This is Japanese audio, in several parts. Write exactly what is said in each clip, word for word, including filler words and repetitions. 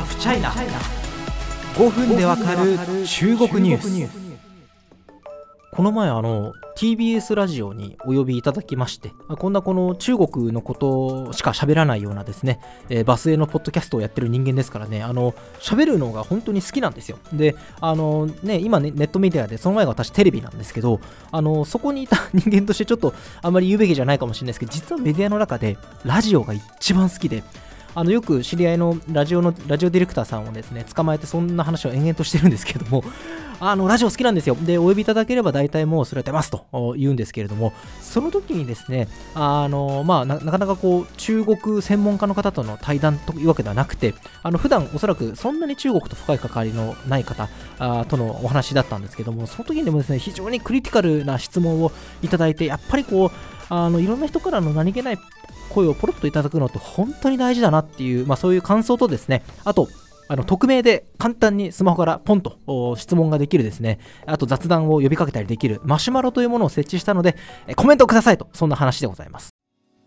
フチャイナ、ごふんでわかる中国ニュース。この前あの ティービーエス ラジオにお呼びいただきまして、こんなこの中国のことしか喋らないようなですね、えー、バスへのポッドキャストをやってる人間ですからね、あの喋るのが本当に好きなんですよ。で、あのね、今ねネットメディアで、その前が私テレビなんですけど、あのそこにいた人間としてちょっとあんまり言うべきじゃないかもしれないですけど、実はメディアの中でラジオが一番好きで、あのよく知り合いのラジオのラジオディレクターさんをですね捕まえてそんな話を延々としてるんですけども、あのラジオ好きなんですよ。で、お呼びいただければ大体もうそれは出ますと言うんですけれども、その時にですね、あのまあ な, なかなかこう中国専門家の方との対談というわけではなくて、あの普段おそらくそんなに中国と深い関わりのない方あとのお話だったんですけども、その時にでもですね非常にクリティカルな質問をいただいて、やっぱりこうあのいろんな人からの何気ない声をポロッといただくのって本当に大事だなっていう、まあ、そういう感想とですね、あとあの匿名で簡単にスマホからポンと質問ができるですね、あと雑談を呼びかけたりできるマシュマロというものを設置したので、コメントくださいと、そんな話でございます。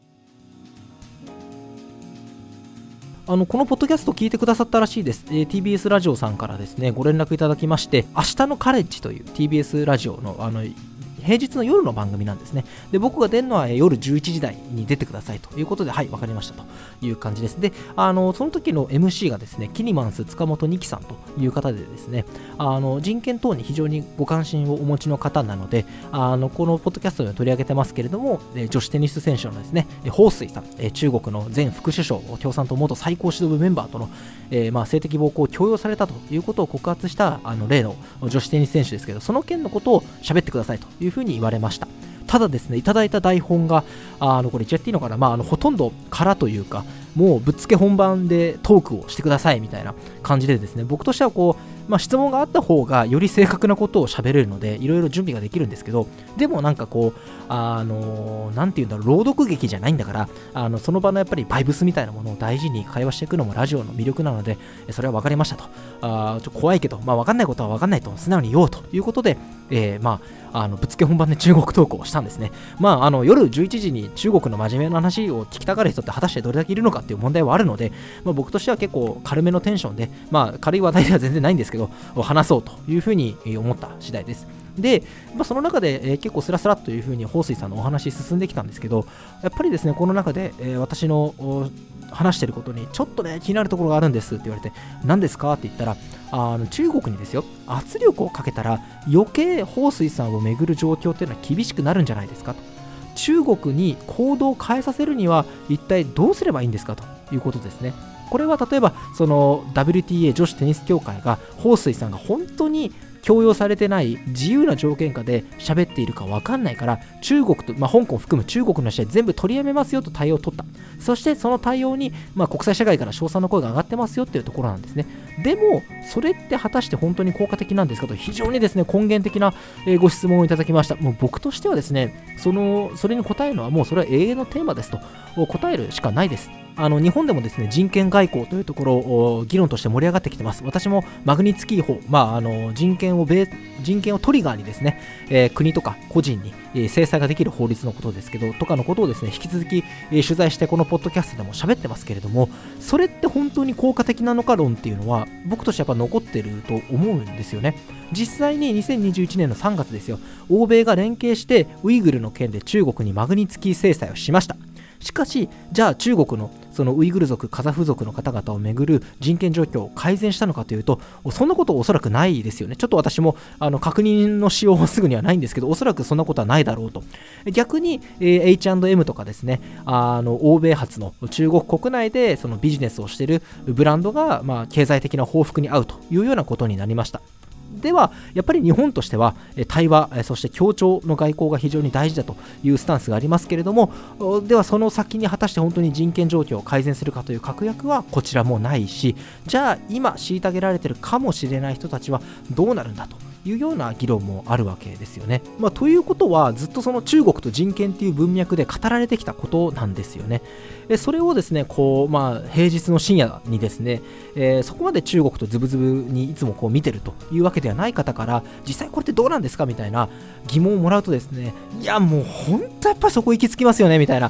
あのこのポッドキャスト聞いてくださったらしいです、えー、ティービーエス ラジオさんからですねご連絡いただきまして、明日のカレッジという ティービーエス ラジオのあの平日の夜の番組なんですね。で、僕が出るのは夜じゅういちじ台に出てくださいということで、はい、わかりましたという感じです。で、あのその時の エムシー がですね、キニマンス塚本二木さんという方でですね、あの人権等に非常にご関心をお持ちの方なので、あのこのポッドキャストで取り上げてますけれども、女子テニス選手のですね、彭帥さん、中国の前副首相、共産党元最高指導部メンバーとの、えーまあ、性的暴行を強要されたということを告発したあの例の女子テニス選手ですけど、その件のことを喋ってくださいというふうに言われました。ただですね、いただいた台本があのこれ言っちゃっていいのかな、まあ、あのほとんど空というか、もうぶっつけ本番でトークをしてくださいみたいな感じでですね、僕としてはこう、まあ、質問があった方がより正確なことを喋れるのでいろいろ準備ができるんですけど、でもなんかこうあのなんていうんだろう、朗読劇じゃないんだから、あのその場のやっぱりバイブスみたいなものを大事に会話していくのもラジオの魅力なので、それは分かりましたと。あちょっと怖いけど、まあ、分かんないことは分かんないと素直に言おうということで、えー、まああのぶっつけ本番で中国トークをしたんですね。まああの夜じゅういちじに中国の真面目な話を聞きたがる人って果たしてどれだけいるのかっていう問題はあるので、まあ、僕としては結構軽めのテンションで、まあ軽い話題では全然ないんですけど話そうというふうに思った次第です。で、まあ、その中で、えー、結構スラスラというふうに彭帥さんのお話進んできたんですけど、やっぱりですねこの中で、えー、私の話してることにちょっとね気になるところがあるんですって言われて、何ですかって言ったら、あの中国にですよ圧力をかけたら余計彭帥さんをめぐる状況っていうのは厳しくなるんじゃないですかと。中国に行動を変えさせるには一体どうすればいいんですかということですね。これは例えばその ダブリューティーエー 女子テニス協会が彭帥さんが本当に強要されてない自由な条件下で喋っているか分かんないから、中国と、まあ、香港を含む中国の試合全部取りやめますよと対応を取った。そしてその対応に、まあ、国際社会から称賛の声が上がってますよっていうところなんですね。でもそれって果たして本当に効果的なんですかと、非常にですね根源的なご質問をいただきました。もう僕としてはですね、そのそれに答えるのはもうそれは永遠のテーマですと答えるしかないです。あの日本でもですね人権外交というところを議論として盛り上がってきてます。私もマグニツキー法、まあ、あの人権を米人権をトリガーにですね、えー、国とか個人に、えー、制裁ができる法律のことですけどとかのことをですね引き続き、えー、取材してこのポッドキャストでも喋ってますけれども、それって本当に効果的なのか論っていうのは僕としてはやっぱ残ってると思うんですよね。実際ににせんにじゅういちねんのさんがつですよ、欧米が連携してウイグルの件で中国にマグニツキー制裁をしました。しかしじゃあ中国のそのウイグル族カザフ族の方々をめぐる人権状況を改善したのかというと、そんなことおそらくないですよね。ちょっと私もあの確認のしようはすぐにはないんですけど、おそらくそんなことはないだろうと。逆に、えー、エイチアンドエム とかですね、あの欧米発の中国国内でそのビジネスをしているブランドが、まあ、経済的な報復に合うというようなことになりました。ではやっぱり日本としては対話、そして協調の外交が非常に大事だというスタンスがありますけれども、ではその先に果たして本当に人権状況を改善するかという確約はこちらもないし、じゃあ今虐げられているかもしれない人たちはどうなるんだというような議論もあるわけですよね。まあ、ということはずっとその中国と人権っていう文脈で語られてきたことなんですよね。それをですねこう、まあ、平日の深夜にですね、えー、そこまで中国とズブズブにいつもこう見てるというわけではない方から実際これってどうなんですかみたいな疑問をもらうとですね、いやもう本当やっぱりそこ行き着きますよねみたいな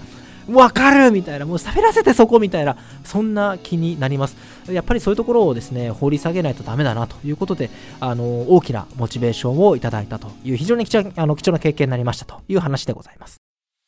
わかるみたいな、もう喋らせてそこみたいな、そんな気になります。やっぱりそういうところをですね、掘り下げないとダメだなということで、あの大きなモチベーションをいただいたという、非常に貴重あの貴重な経験になりましたという話でございます。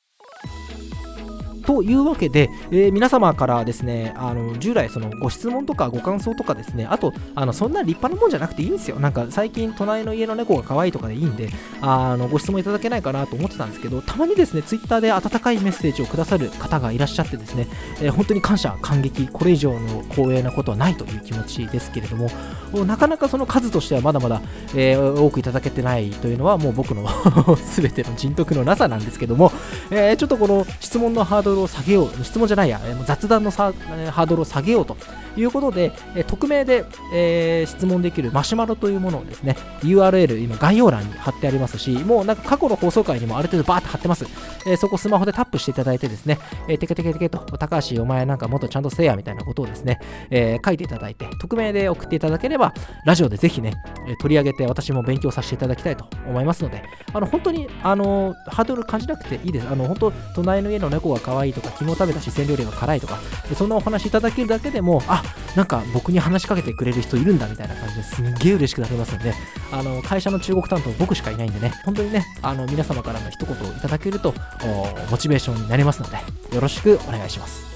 というわけで、えー、皆様からですね、あの従来そのご質問とかご感想とかですね、あとあのそんな立派なもんじゃなくていいんですよ。なんか最近隣の家の猫が可愛いとかでいいんで、あのご質問いただけないかなと思ってたんですけど、たまにですねツイッターで温かいメッセージをくださる方がいらっしゃってですね、えー、本当に感謝感激、これ以上の光栄なことはないという気持ちですけれども、なかなかその数としてはまだまだ、えー、多くいただけてないというのはもう僕の全ての人徳のなさなんですけども、えー、ちょっとこの質問のハードルを下げよう、質問じゃないや、雑談のさハードルを下げようということで、え匿名で、えー、質問できるマシュマロというものをですね、ユーアールエル 今概要欄に貼ってありますし、もうなんか過去の放送回にもある程度バーって貼ってます。えー、そこスマホでタップしていただいてですね、えー、テケテケテケと、高橋お前なんかもっとちゃんとせえやみたいなことをですね、えー、書いていただいて、匿名で送っていただければ、ラジオでぜひね、取り上げて私も勉強させていただきたいと思いますので、あの本当にあのハードル感じなくていいです。あの本当、隣の家の猫が可愛いとか、昨日食べた四川料理が辛いとか、そんなお話いただけるだけでも、あ、なんか僕に話しかけてくれる人いるんだみたいな感じですんげえ嬉しくなりますので、あの会社の中国担当僕しかいないんでね、本当にね、あの皆様からの一言をいただけるとモチベーションになりますので、よろしくお願いします。